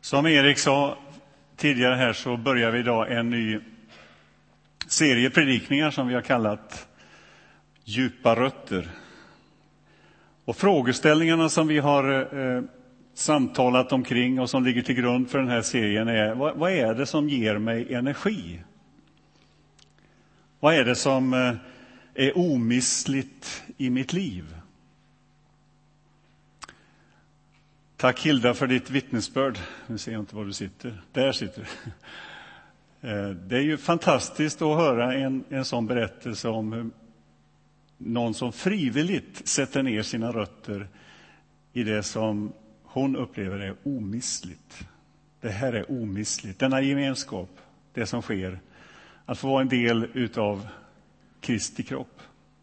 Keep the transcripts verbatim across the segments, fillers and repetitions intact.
Som Erik sa tidigare här så börjar vi idag en ny serie predikningar som vi har kallat Djupa rötter. Och frågeställningarna som vi har eh, samtalat omkring och som ligger till grund för den här serien är: vad, vad är det som ger mig energi? Vad är det som eh, är omistligt i mitt liv? Tack Hilda för ditt vittnesbörd. Nu ser jag inte var du sitter. Där sitter du. Det är ju fantastiskt att höra en, en sån berättelse om någon som frivilligt sätter ner sina rötter i det som hon upplever är omistligt. Det här är omistligt. Denna gemenskap, det som sker, att få vara en del utav Kristi kropp.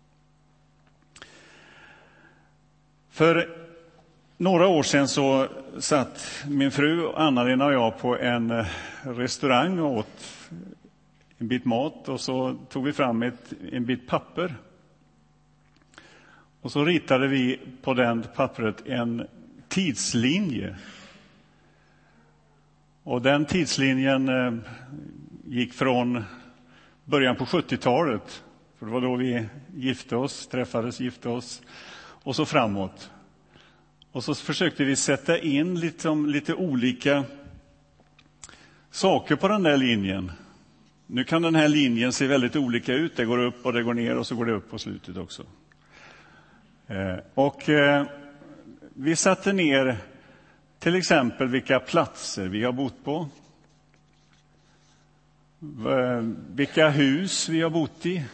För några år sedan så satt min fru Anna-Lena och jag på en restaurang och åt en bit mat, och så tog vi fram ett, en bit papper. Och så ritade vi på den pappret en tidslinje. Och den tidslinjen eh, gick från början på sjuttiotalet, för det var då vi gifte oss, träffades, gifte oss, och så framåt. Och så försökte vi sätta in lite, lite olika saker på den där linjen. Nu kan den här linjen se väldigt olika ut. Det går upp och det går ner och så går det upp på slutet också. Eh, och eh, vi satte ner till exempel vilka platser vi har bott på. Eh, vilka hus vi har bott i.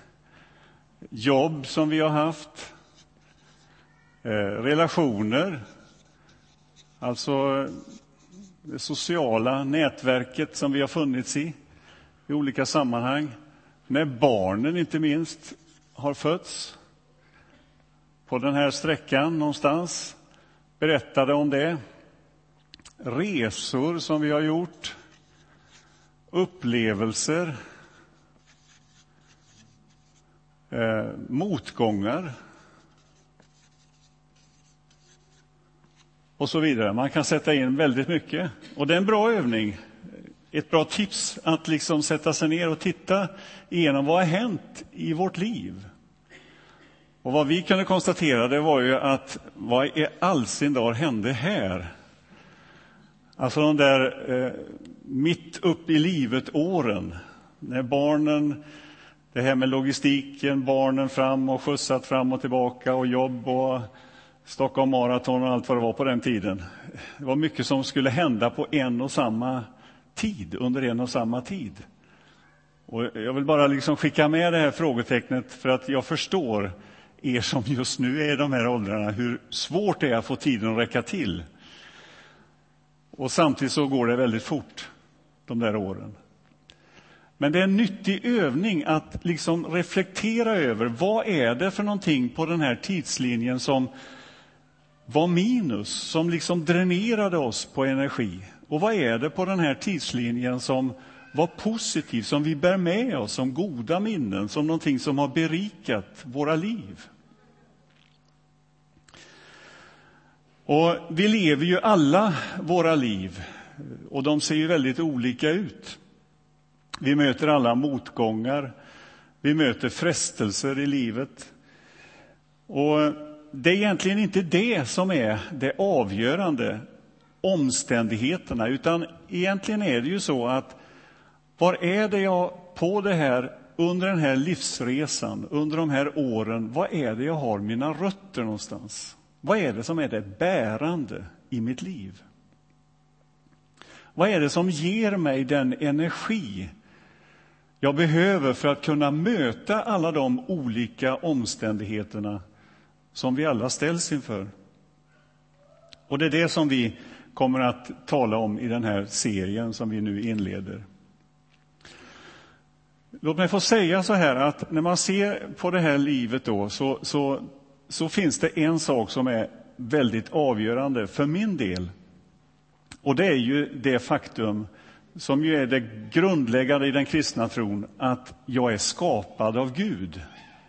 Jobb som vi har haft. Eh, relationer, alltså det sociala nätverket som vi har funnits i i olika sammanhang. När barnen inte minst har fötts på den här sträckan någonstans, berättade om det. Resor som vi har gjort, upplevelser, eh, motgångar och så vidare. Man kan sätta in väldigt mycket. Och det är en bra övning. Ett bra tips att liksom sätta sig ner och titta igenom vad har hänt i vårt liv. Och vad vi kunde konstatera, det var ju att vad är allsin dag hände här? Alltså de där eh, mitt upp i livet åren. När barnen, det här med logistiken, barnen fram och skjutsat fram och tillbaka och jobb och Stockholm Marathon och allt vad det var på den tiden. Det var mycket som skulle hända på en och samma tid, under en och samma tid. Och jag vill bara liksom skicka med det här frågetecknet, för att jag förstår er som just nu är i de här åldrarna hur svårt det är att få tiden att räcka till. Och samtidigt så går det väldigt fort de där åren. Men det är en nyttig övning att liksom reflektera över vad är det för någonting på den här tidslinjen som var minus, som liksom dränerade oss på energi. Och vad är det på den här tidslinjen som var positivt, som vi bär med oss som goda minnen, som någonting som har berikat våra liv. Och vi lever ju alla våra liv, och de ser ju väldigt olika ut. Vi möter alla motgångar, vi möter frestelser i livet. Och det är egentligen inte det som är det avgörande, omständigheterna, utan egentligen är det ju så att var är det jag på det här, under den här livsresan, under de här åren, vad är det jag har mina rötter någonstans? Vad är det som är det bärande i mitt liv? Vad är det som ger mig den energi jag behöver för att kunna möta alla de olika omständigheterna som vi alla ställs inför? Och det är det som vi kommer att tala om i den här serien som vi nu inleder. Låt mig få säga så här, att när man ser på det här livet då, så, så, så finns det en sak som är väldigt avgörande för min del. Och det är ju det faktum som ju är det grundläggande i den kristna tron, att jag är skapad av Gud.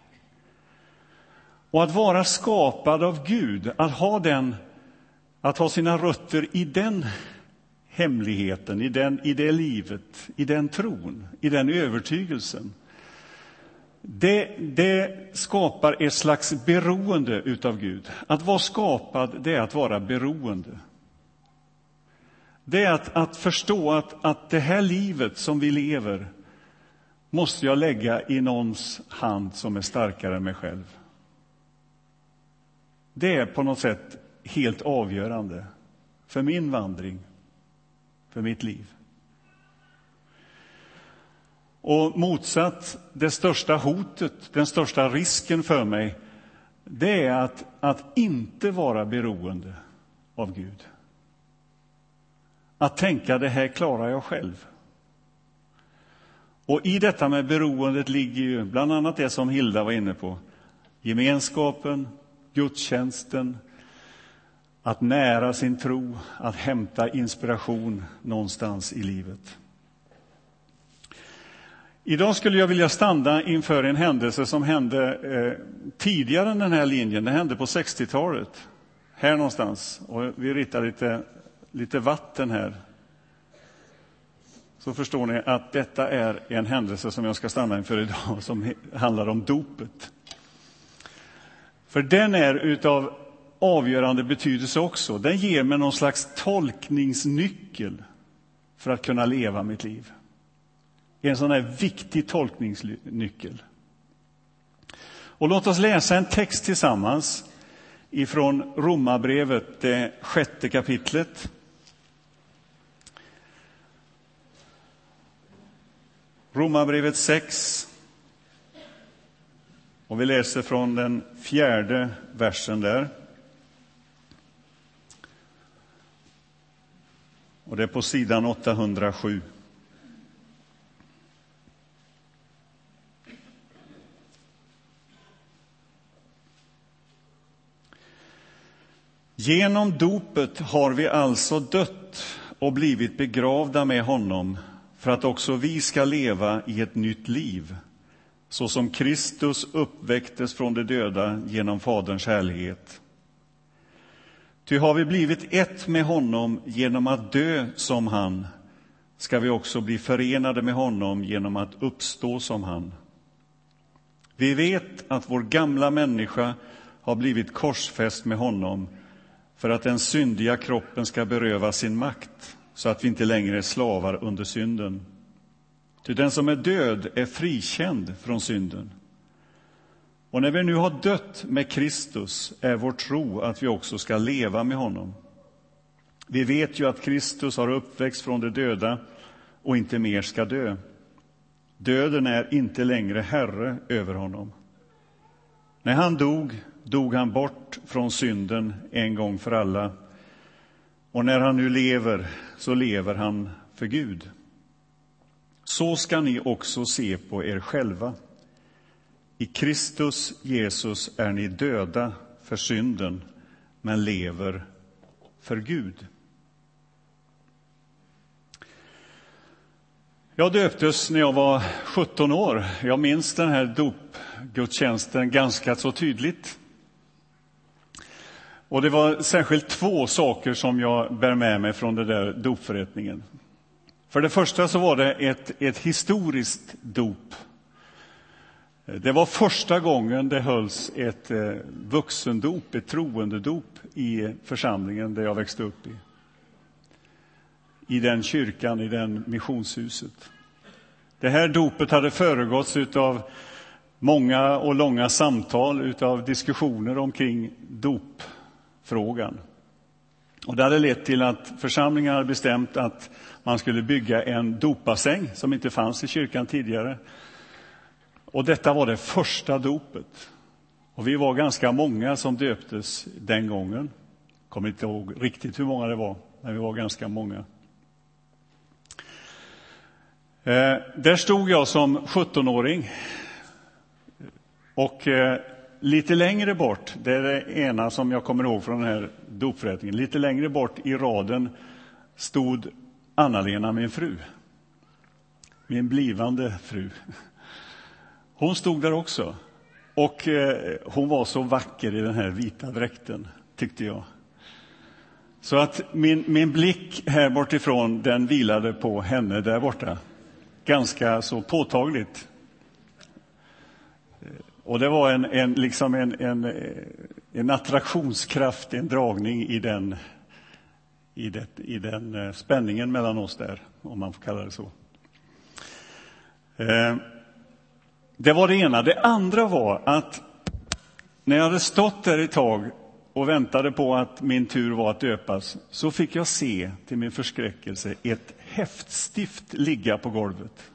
Och att vara skapad av Gud, att ha den, att ha sina rötter i den hemligheten, i, den, i det livet, i den tron, i den övertygelsen, det, det skapar ett slags beroende utav Gud. Att vara skapad, det är att vara beroende. Det är att, att förstå att, att det här livet som vi lever måste jag lägga i någons hand som är starkare än mig själv. Det är på något sätt helt avgörande för min vandring, för mitt liv. Och motsatt, det största hotet, den största risken för mig, det är att, att inte vara beroende av Gud. Att tänka, det här klarar jag själv. Och i detta med beroendet ligger ju bland annat det som Hilda var inne på. Gemenskapen, gudstjänsten, att nära sin tro, att hämta inspiration någonstans i livet. Idag skulle jag vilja stanna inför en händelse som hände eh, tidigare än den här linjen. Det hände på sextiotalet, här någonstans. Och vi ritar lite, lite vatten här. Så förstår ni att detta är en händelse som jag ska stanna inför idag, som handlar om dopet. För den är utav avgörande betydelse också. Den ger mig någon slags tolkningsnyckel för att kunna leva mitt liv. En sån här viktig tolkningsnyckel. Och låt oss läsa en text tillsammans ifrån Romarbrevet, det sjätte kapitlet. Romarbrevet sex. Och vi läser från den fjärde versen där. Och det är på sidan åttahundrasju. Genom dopet har vi alltså dött och blivit begravda med honom för att också vi ska leva i ett nytt liv, så som Kristus uppväcktes från de döda genom Faderns härlighet. Ty har vi blivit ett med honom genom att dö som han, ska vi också bli förenade med honom genom att uppstå som han. Vi vet att vår gamla människa har blivit korsfäst med honom för att den syndiga kroppen ska beröva sin makt, så att vi inte längre är slavar under synden. Ty den som är död är frikänd från synden. Och när vi nu har dött med Kristus är vår tro att vi också ska leva med honom. Vi vet ju att Kristus har uppväxt från de döda och inte mer ska dö. Döden är inte längre herre över honom. När han dog, dog han bort från synden en gång för alla. Och när han nu lever, så lever han för Gud. Så ska ni också se på er själva. I Kristus Jesus är ni döda för synden, men lever för Gud. Jag döptes när jag var sjutton år. Jag minns den här dopgudstjänsten ganska så tydligt. Och det var särskilt två saker som jag bär med mig från den där dopförrättningen. För det första så var det ett, ett historiskt dop. Det var första gången det hölls ett eh, vuxendop, ett troendedop i församlingen där jag växte upp i. I den kyrkan, i den missionshuset. Det här dopet hade föregåtts av många och långa samtal, utav diskussioner omkring dopfrågan. Och det hade lett till att församlingen hade bestämt att man skulle bygga en dopbassäng som inte fanns i kyrkan tidigare. Och detta var det första dopet. Och vi var ganska många som döptes den gången. Jag kommer inte ihåg riktigt hur många det var, men vi var ganska många. Eh, där stod jag som sjuttonåring. Och eh, lite längre bort, det är det ena som jag kommer ihåg från den här dopförrättningen. Lite längre bort i raden stod Anna-Lena, min fru. Min blivande fru. Hon stod där också. Och eh, hon var så vacker i den här vita dräkten, tyckte jag. Så att min, min blick här bortifrån, den vilade på henne där borta. Ganska så påtagligt. Och det var en, en, liksom en, en, en attraktionskraft, en dragning i den, i, det, i den spänningen mellan oss där, om man får kalla det så. Det var det ena. Det andra var att när jag hade stått där ett tag och väntade på att min tur var att döpas, så fick jag se till min förskräckelse ett häftstift ligga på golvet.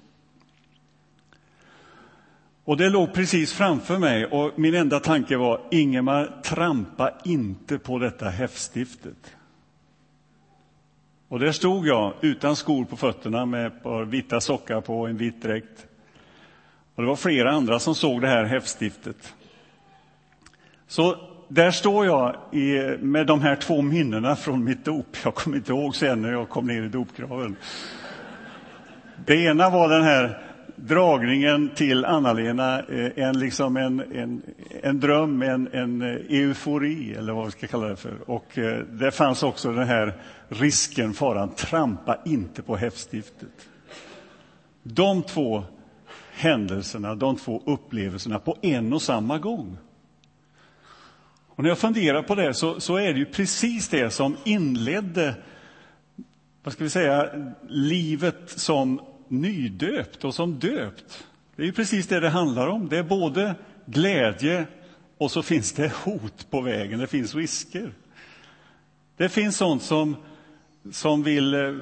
Och det låg precis framför mig, och min enda tanke var: Ingemar, trampa inte på detta häftstiftet. Och där stod jag utan skor på fötterna med ett par vita sockar på och en vit dräkt. Och det var flera andra som såg det här häftstiftet. Så där står jag i, med de här två minnena från mitt dop. Jag kommer inte ihåg sen när jag kom ner i dopgraven. Det ena var den här dragningen till Anna-Lena, en, liksom en, en, en dröm, en, en eufori eller vad vi ska kalla det för. Och det fanns också den här risken, faran: trampa inte på häftstiftet. De två händelserna, de två upplevelserna på en och samma gång. Och när jag funderar på det så, så är det ju precis det som inledde, vad ska vi säga, livet som nydöpt och som döpt. Det är ju precis det det handlar om. Det är både glädje och så finns det hot på vägen. Det finns risker. Det finns sånt som, som vill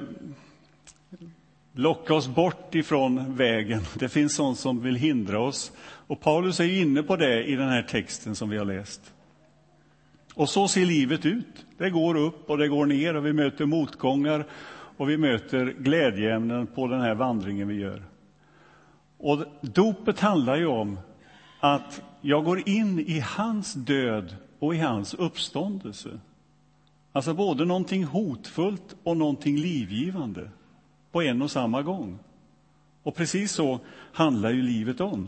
locka oss bort ifrån vägen. Det finns sånt som vill hindra oss. Och Paulus är inne på det i den här texten som vi har läst. Och så ser livet ut. Det går upp och det går ner, och vi möter motgångar och vi möter glädjeämnen på den här vandringen vi gör. Och dopet handlar ju om att jag går in i hans död och i hans uppståndelse. Alltså både någonting hotfullt och någonting livgivande på en och samma gång. Och precis så handlar ju livet om.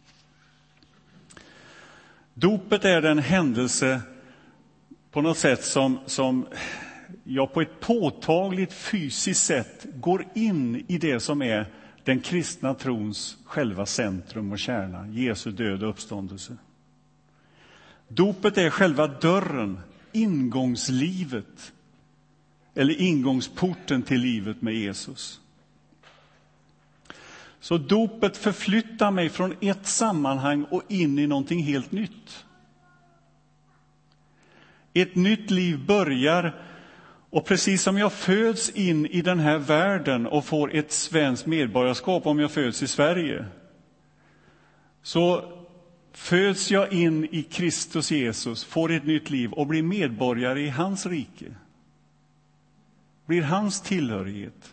Dopet är den händelse på något sätt som, som jag på ett påtagligt fysiskt sätt går in i det som är den kristna trons själva centrum och kärna, Jesu död och uppståndelse. Dopet är själva dörren, ingångslivet, eller ingångsporten till livet med Jesus. Så dopet förflyttar mig från ett sammanhang och in i någonting helt nytt. Ett nytt liv börjar, och precis som jag föds in i den här världen och får ett svenskt medborgarskap om jag föds i Sverige, så föds jag in i Kristus Jesus, får ett nytt liv och blir medborgare i hans rike. Blir hans tillhörighet.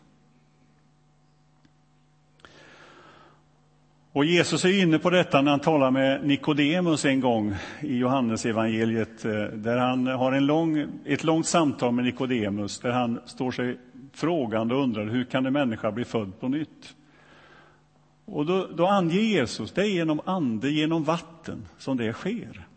Och Jesus är inne på detta när han talar med Nikodemus en gång i Johannes evangeliet, där han har en lång, ett långt samtal med Nikodemus, där han står sig frågande och undrar: hur kan en människa bli född på nytt? Och då, då anger Jesus, det är genom ande, genom vatten som det sker.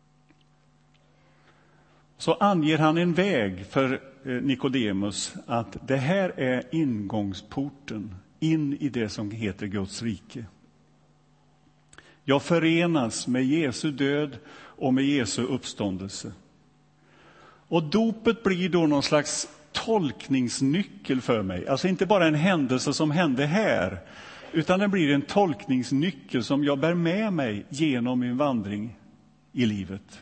Så anger han en väg för Nikodemus, att det här är ingångsporten in i det som heter Guds rike. Jag förenas med Jesu död och med Jesu uppståndelse. Och dopet blir då någon slags tolkningsnyckel för mig. Alltså inte bara en händelse som hände här, utan det blir en tolkningsnyckel som jag bär med mig genom min vandring i livet.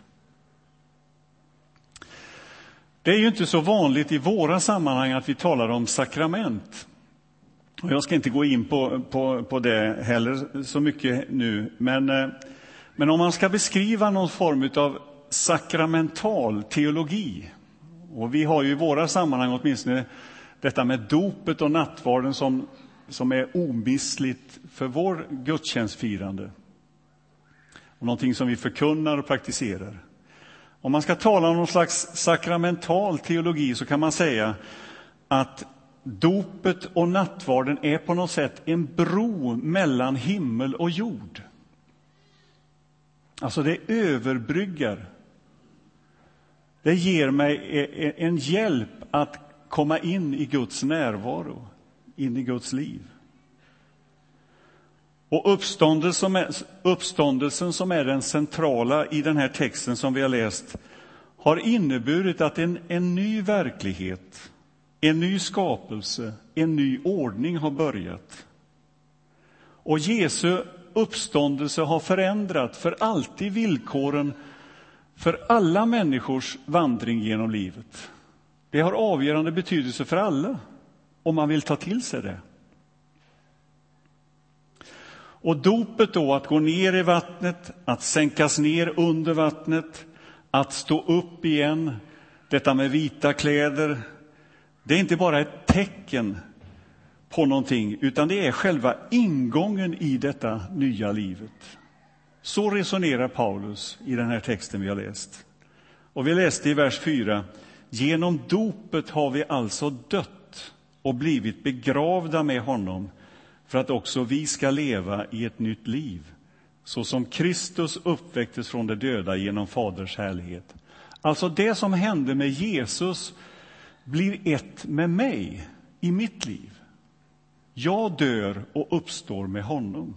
Det är ju inte så vanligt i våra sammanhang att vi talar om sakrament. Och jag ska inte gå in på, på, på det heller så mycket nu. Men, men om man ska beskriva någon form av sakramental teologi, och vi har ju i våra sammanhang åtminstone detta med dopet och nattvarden som, som är omissligt för vår gudstjänstfirande. Och någonting som vi förkunnar och praktiserar. Om man ska tala om någon slags sakramental teologi så kan man säga att dopet och nattvarden är på något sätt en bro mellan himmel och jord. Alltså det överbryggar Det ger mig en hjälp att komma in i Guds närvaro, in i Guds liv. Och uppståndelsen som är, uppståndelsen som är den centrala i den här texten som vi har läst har inneburit att en, en ny verklighet, en ny skapelse, en ny ordning har börjat. Och Jesu uppståndelse har förändrat för alltid villkoren för alla människors vandring genom livet. Det har avgörande betydelse för alla om man vill ta till sig det. Och dopet då, att gå ner i vattnet, att sänkas ner under vattnet, att stå upp igen, detta med vita kläder, det är inte bara ett tecken på någonting, utan det är själva ingången i detta nya livet. Så resonerar Paulus i den här texten vi har läst. Och vi läste i vers fyra: genom dopet har vi alltså dött och blivit begravda med honom, för att också vi ska leva i ett nytt liv, så som Kristus uppväcktes från de döda genom Faders härlighet. Alltså det som hände med Jesus blir ett med mig i mitt liv. Jag dör och uppstår med honom.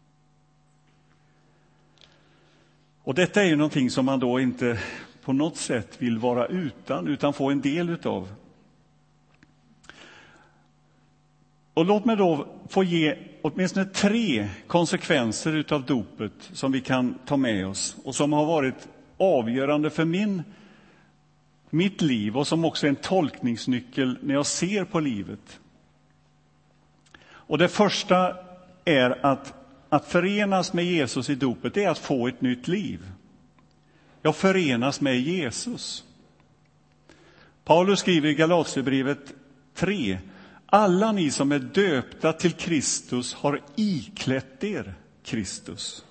Och detta är ju någonting som man då inte på något sätt vill vara utan, utan få en del utav. Och låt mig då få ge åtminstone tre konsekvenser utav dopet som vi kan ta med oss och som har varit avgörande för min, mitt liv och som också är en tolkningsnyckel när jag ser på livet. Och det första är att, att förenas med Jesus i dopet är att få ett nytt liv. Jag förenas med Jesus. Paulus skriver i Galaterbrevet tre: alla ni som är döpta till Kristus har iklätt er Kristus.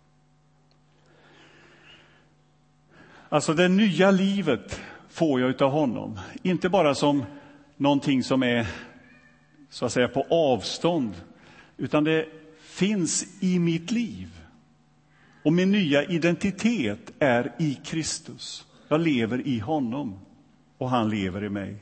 Alltså det nya livet får jag utav honom. Inte bara som någonting som är så att säga på avstånd, utan det finns i mitt liv. Och min nya identitet är i Kristus. Jag lever i honom och han lever i mig.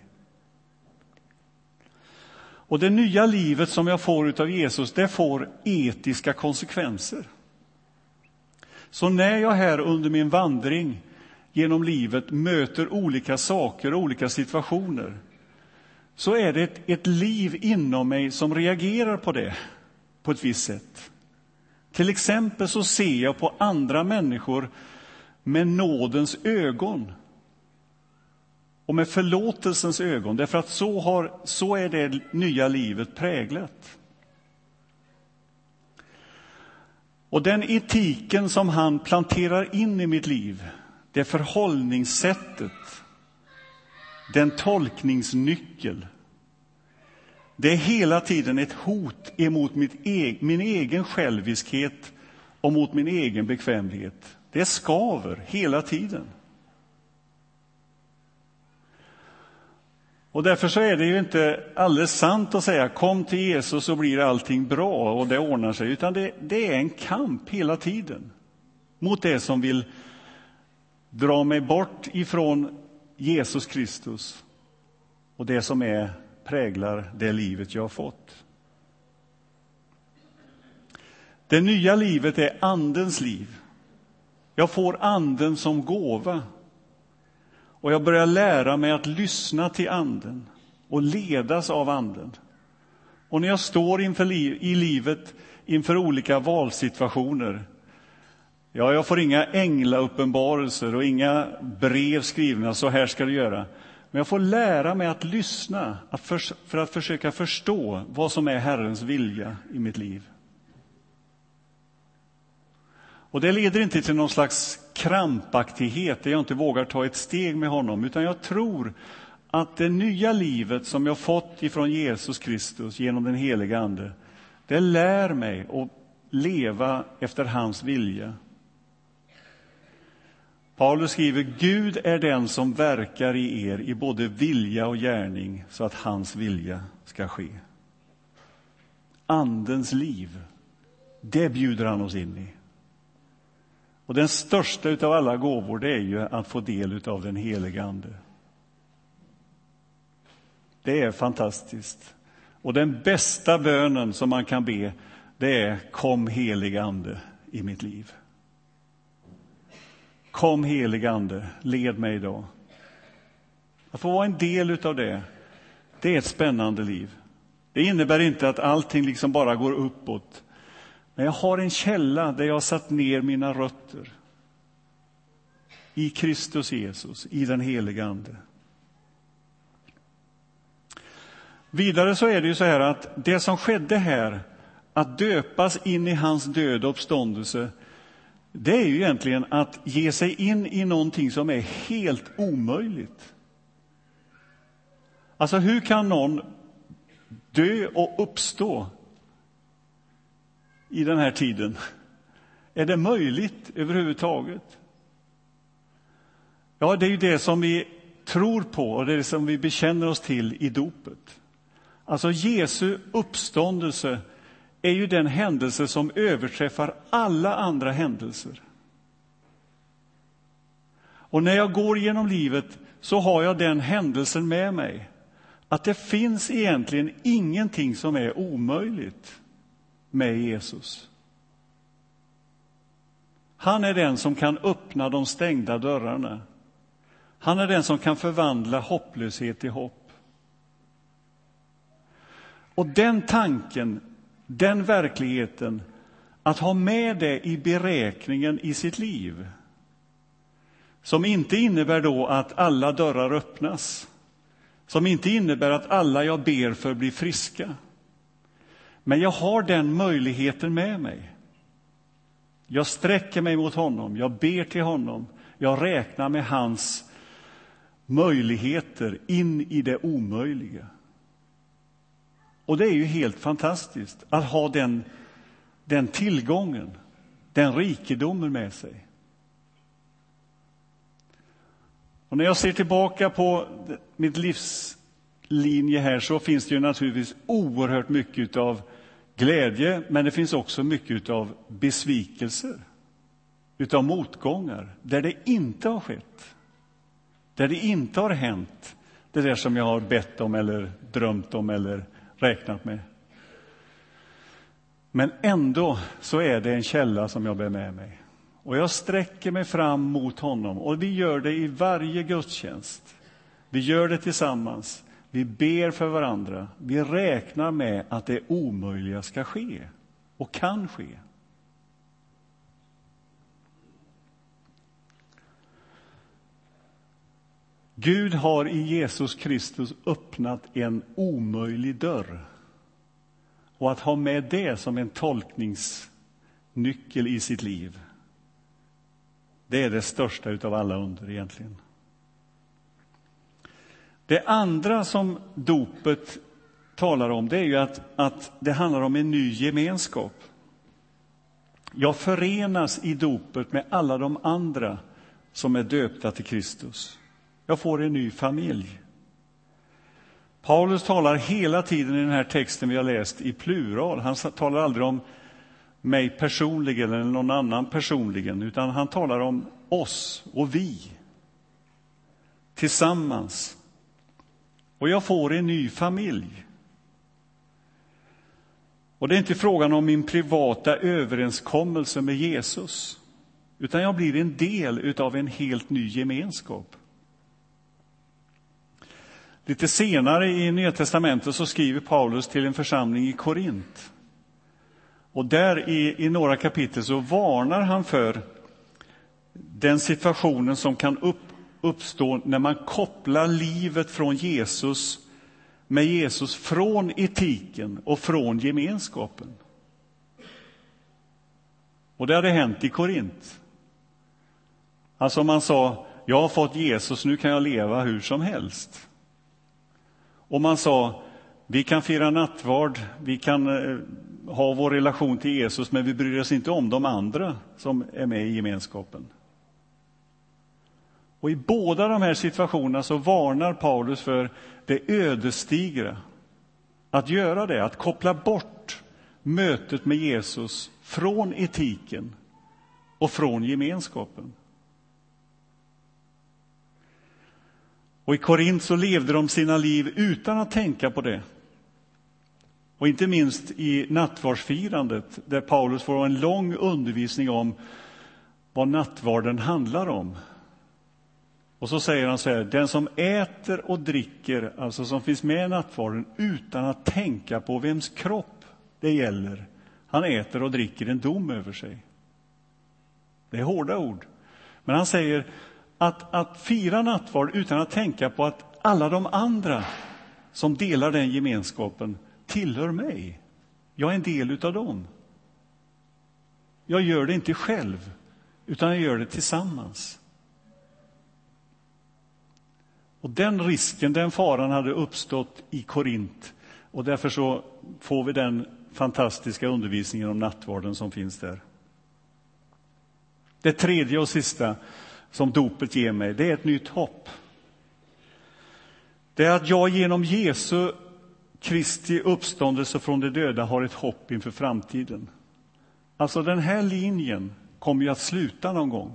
Och det nya livet som jag får utav Jesus, det får etiska konsekvenser. Så när jag här under min vandring genom livet möter olika saker och olika situationer, så är det ett, ett liv inom mig som reagerar på det på ett visst sätt. Till exempel så ser jag på andra människor med nådens ögon och med förlåtelsens ögon, därför att så, har, så är det nya livet präglat. Och den etiken som han planterar in i mitt liv, det förhållningssättet, den tolkningsnyckel, det är hela tiden ett hot emot mitt eg, min egen själviskhet och mot min egen bekvämlighet. Det skaver hela tiden. Och därför så är det ju inte alldeles sant att säga kom till Jesus så blir allting bra och det ordnar sig. Utan det, det är en kamp hela tiden mot det som vill dra mig bort ifrån Jesus Kristus och det som är präglar det livet jag har fått. Det nya livet är andens liv. Jag får anden som gåva. Och jag börjar lära mig att lyssna till anden och ledas av anden. Och när jag står inför liv, i livet inför olika valsituationer, ja, jag får inga änglauppenbarelser och inga brev skrivna, så här ska du göra. Men jag får lära mig att lyssna att för, för att försöka förstå vad som är Herrens vilja i mitt liv. Och det leder inte till någon slags krampaktighet där jag inte vågar ta ett steg med honom, utan jag tror att det nya livet som jag fått ifrån Jesus Kristus genom den heliga ande, det lär mig att leva efter hans vilja. Paulus skriver: Gud är den som verkar i er i både vilja och gärning så att hans vilja ska ske. Andens liv, det bjuder han oss in i. Och den största utav alla gåvor, det är ju att få del utav den helige ande. Det är fantastiskt. Och den bästa bönen som man kan be, det är: kom helige ande i mitt liv. Kom helige ande, led mig idag. Att få vara en del utav det, det är ett spännande liv. Det innebär inte att allting liksom bara går uppåt. Men jag har en källa där jag har satt ner mina rötter. I Kristus Jesus, i den helige ande. Vidare så är det ju så här att det som skedde här, att döpas in i hans död och uppståndelse, det är ju egentligen att ge sig in i någonting som är helt omöjligt. Alltså hur kan någon dö och uppstå i den här tiden? Är det möjligt överhuvudtaget? Ja, det är ju det som vi tror på och det är det som vi bekänner oss till i dopet. Alltså Jesu uppståndelse är ju den händelse som överträffar alla andra händelser. Och när jag går genom livet så har jag den händelsen med mig. Att det finns egentligen ingenting som är omöjligt med Jesus. Han är den som kan öppna de stängda dörrarna. Han är den som kan förvandla hopplöshet till hopp. Och den tanken, den verkligheten, att ha med det i beräkningen i sitt liv, som inte innebär då att alla dörrar öppnas, som inte innebär att alla jag ber för blir friska, men jag har den möjligheten med mig. Jag sträcker mig mot honom, jag ber till honom, jag räknar med hans möjligheter in i det omöjliga. Och det är ju helt fantastiskt att ha den, den tillgången, den rikedomen med sig. Och när jag ser tillbaka på mitt livslinje här så finns det ju naturligtvis oerhört mycket av glädje, men det finns också mycket av besvikelser, utav motgångar, där det inte har skett, där det inte har hänt det där som jag har bett om eller drömt om eller räknat med. Men ändå så är det en källa som jag bär med mig. Och jag sträcker mig fram mot honom. Och vi gör det i varje gudstjänst. Vi gör det tillsammans. Vi ber för varandra. Vi räknar med att det omöjliga ska ske. Och kan ske. Gud har i Jesus Kristus öppnat en omöjlig dörr. Och att ha med det som en tolkningsnyckel i sitt liv, det är det största utav alla under egentligen. Det andra som dopet talar om, det är ju att, att det handlar om en ny gemenskap. Jag förenas i dopet med alla de andra som är döpta till Kristus. Jag får en ny familj. Paulus talar hela tiden i den här texten vi har läst i plural. Han talar aldrig om mig personligen eller någon annan personligen, utan han talar om oss och vi tillsammans. Och jag får en ny familj. Och det är inte frågan om min privata överenskommelse med Jesus, utan jag blir en del utav en helt ny gemenskap. Lite senare i Nya testamentet så skriver Paulus till en församling i Korint. Och där i, i några kapitel så varnar han för den situationen som kan upp, uppstå när man kopplar livet från Jesus med Jesus från etiken och från gemenskapen. Och det hade hänt i Korint. Alltså man sa, jag har fått Jesus, nu kan jag leva hur som helst. Och man sa, vi kan fira nattvard, vi kan eh, ha vår relation till Jesus, men vi bryr oss inte om de andra som är med i gemenskapen. Och i båda de här situationerna så varnar Paulus för det ödesdigra. Att göra det, att koppla bort mötet med Jesus från etiken och från gemenskapen. Och i Korint så levde de sina liv utan att tänka på det. Och inte minst i nattvardsfirandet, där Paulus får en lång undervisning om vad nattvarden handlar om. Och så säger han så här: den som äter och dricker, alltså som finns med i nattvarden, utan att tänka på vems kropp det gäller, han äter och dricker en dom över sig. Det är hårda ord. Men han säger att, att fira nattvard utan att tänka på att alla de andra som delar den gemenskapen tillhör mig. Jag är en del utav dem. Jag gör det inte själv, utan jag gör det tillsammans. Och den risken, den faran hade uppstått i Korint. Och därför så får vi den fantastiska undervisningen om nattvarden som finns där. Det tredje och sista som dopet ger mig, det är ett nytt hopp. Det är att jag genom Jesu Kristi uppståndelse från de döda har ett hopp inför framtiden. Alltså den här linjen kommer ju att sluta någon gång.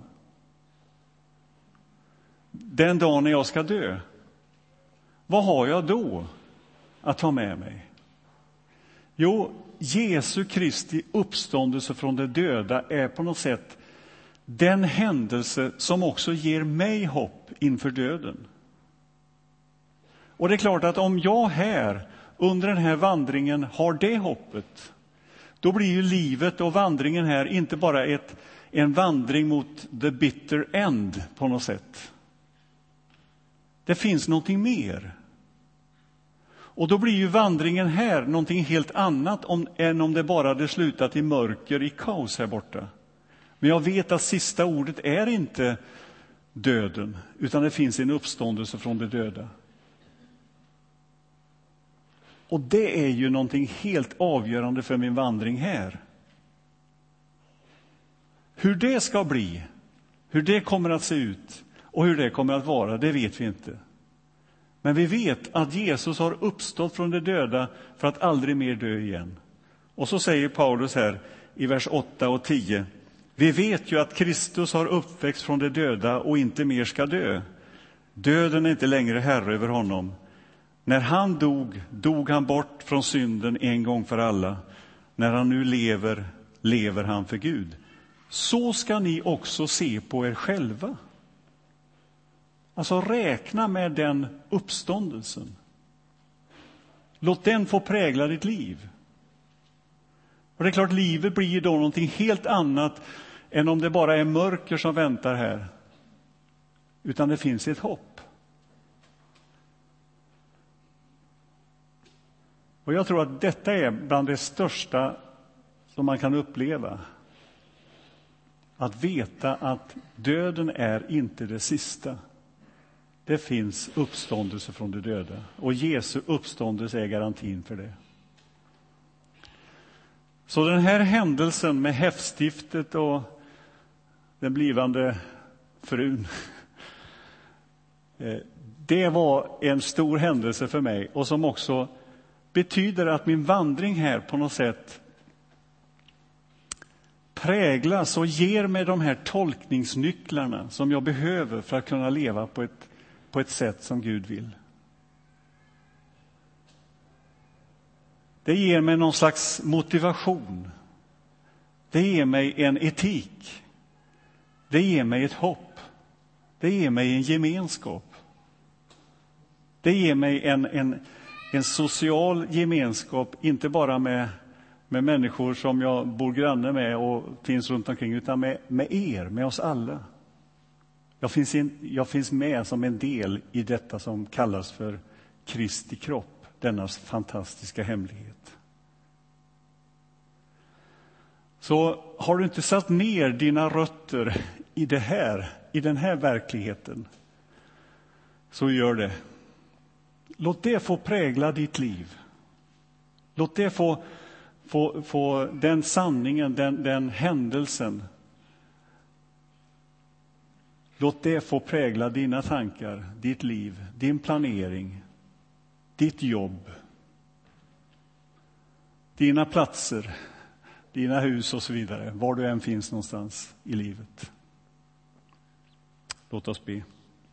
Den dagen när jag ska dö. Vad har jag då att ta med mig? Jo, Jesu Kristi uppståndelse från de döda är på något sätt den händelse som också ger mig hopp inför döden. Och det är klart att om jag här under den här vandringen har det hoppet, då blir ju livet och vandringen här inte bara ett, en vandring mot the bitter end på något sätt. Det finns någonting mer. Och då blir ju vandringen här någonting helt annat om, än om det bara hade slutat i mörker, i kaos här borta. Men jag vet att sista ordet är inte döden, utan det finns en uppståndelse från de döda. Och det är ju någonting helt avgörande för min vandring här. Hur det ska bli, hur det kommer att se ut och hur det kommer att vara, det vet vi inte. Men vi vet att Jesus har uppstått från de döda för att aldrig mer dö igen. Och så säger Paulus här i vers åtta och tio: vi vet ju att Kristus har uppväxt från de döda och inte mer ska dö. Döden är inte längre herre över honom. När han dog, dog han bort från synden en gång för alla. När han nu lever, lever han för Gud. Så ska ni också se på er själva. Alltså räkna med den uppståndelsen. Låt den få prägla ditt liv. Och det är klart, livet blir då någonting helt annat än om det bara är mörker som väntar här. Utan det finns ett hopp. Och jag tror att detta är bland det största som man kan uppleva. Att veta att döden är inte det sista. Det finns uppståndelse från de döda. Och Jesu uppståndelse är garantin för det. Så den här händelsen med häftstiftet och den blivande frun, det var en stor händelse för mig. Och som också betyder att min vandring här på något sätt präglas och ger mig de här tolkningsnycklarna som jag behöver för att kunna leva på ett, på ett sätt som Gud vill. Det ger mig någon slags motivation. Det ger mig en etik. Det ger mig ett hopp. Det ger mig en gemenskap. Det ger mig en, en, en social gemenskap, inte bara med, med människor som jag bor granne med och finns runt omkring, utan med, med er, med oss alla. Jag finns, in, jag finns med som en del i detta som kallas för Kristi kropp. Dennas fantastiska hemlighet. Så har du inte satt ner dina rötter i det här, i den här verkligheten, så gör det. Låt det få prägla ditt liv. Låt det få, få, få den sanningen, den, den händelsen. Låt det få prägla dina tankar, ditt liv, din planering. Ditt jobb, dina platser, dina hus och så vidare, var du än finns någonstans i livet. Låt oss be.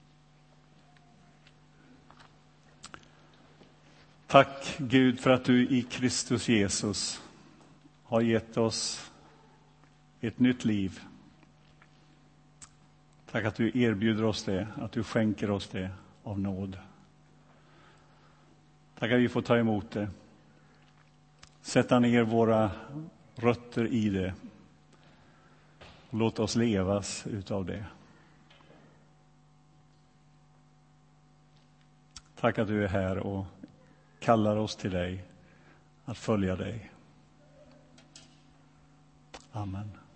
Tack Gud för att du i Kristus Jesus har gett oss ett nytt liv. Tack att du erbjuder oss det, att du skänker oss det av nåd. Tack att vi får ta emot det. Sätta ner våra rötter i det. Låt oss levas utav det. Tack att du är här och kallar oss till dig att följa dig. Amen.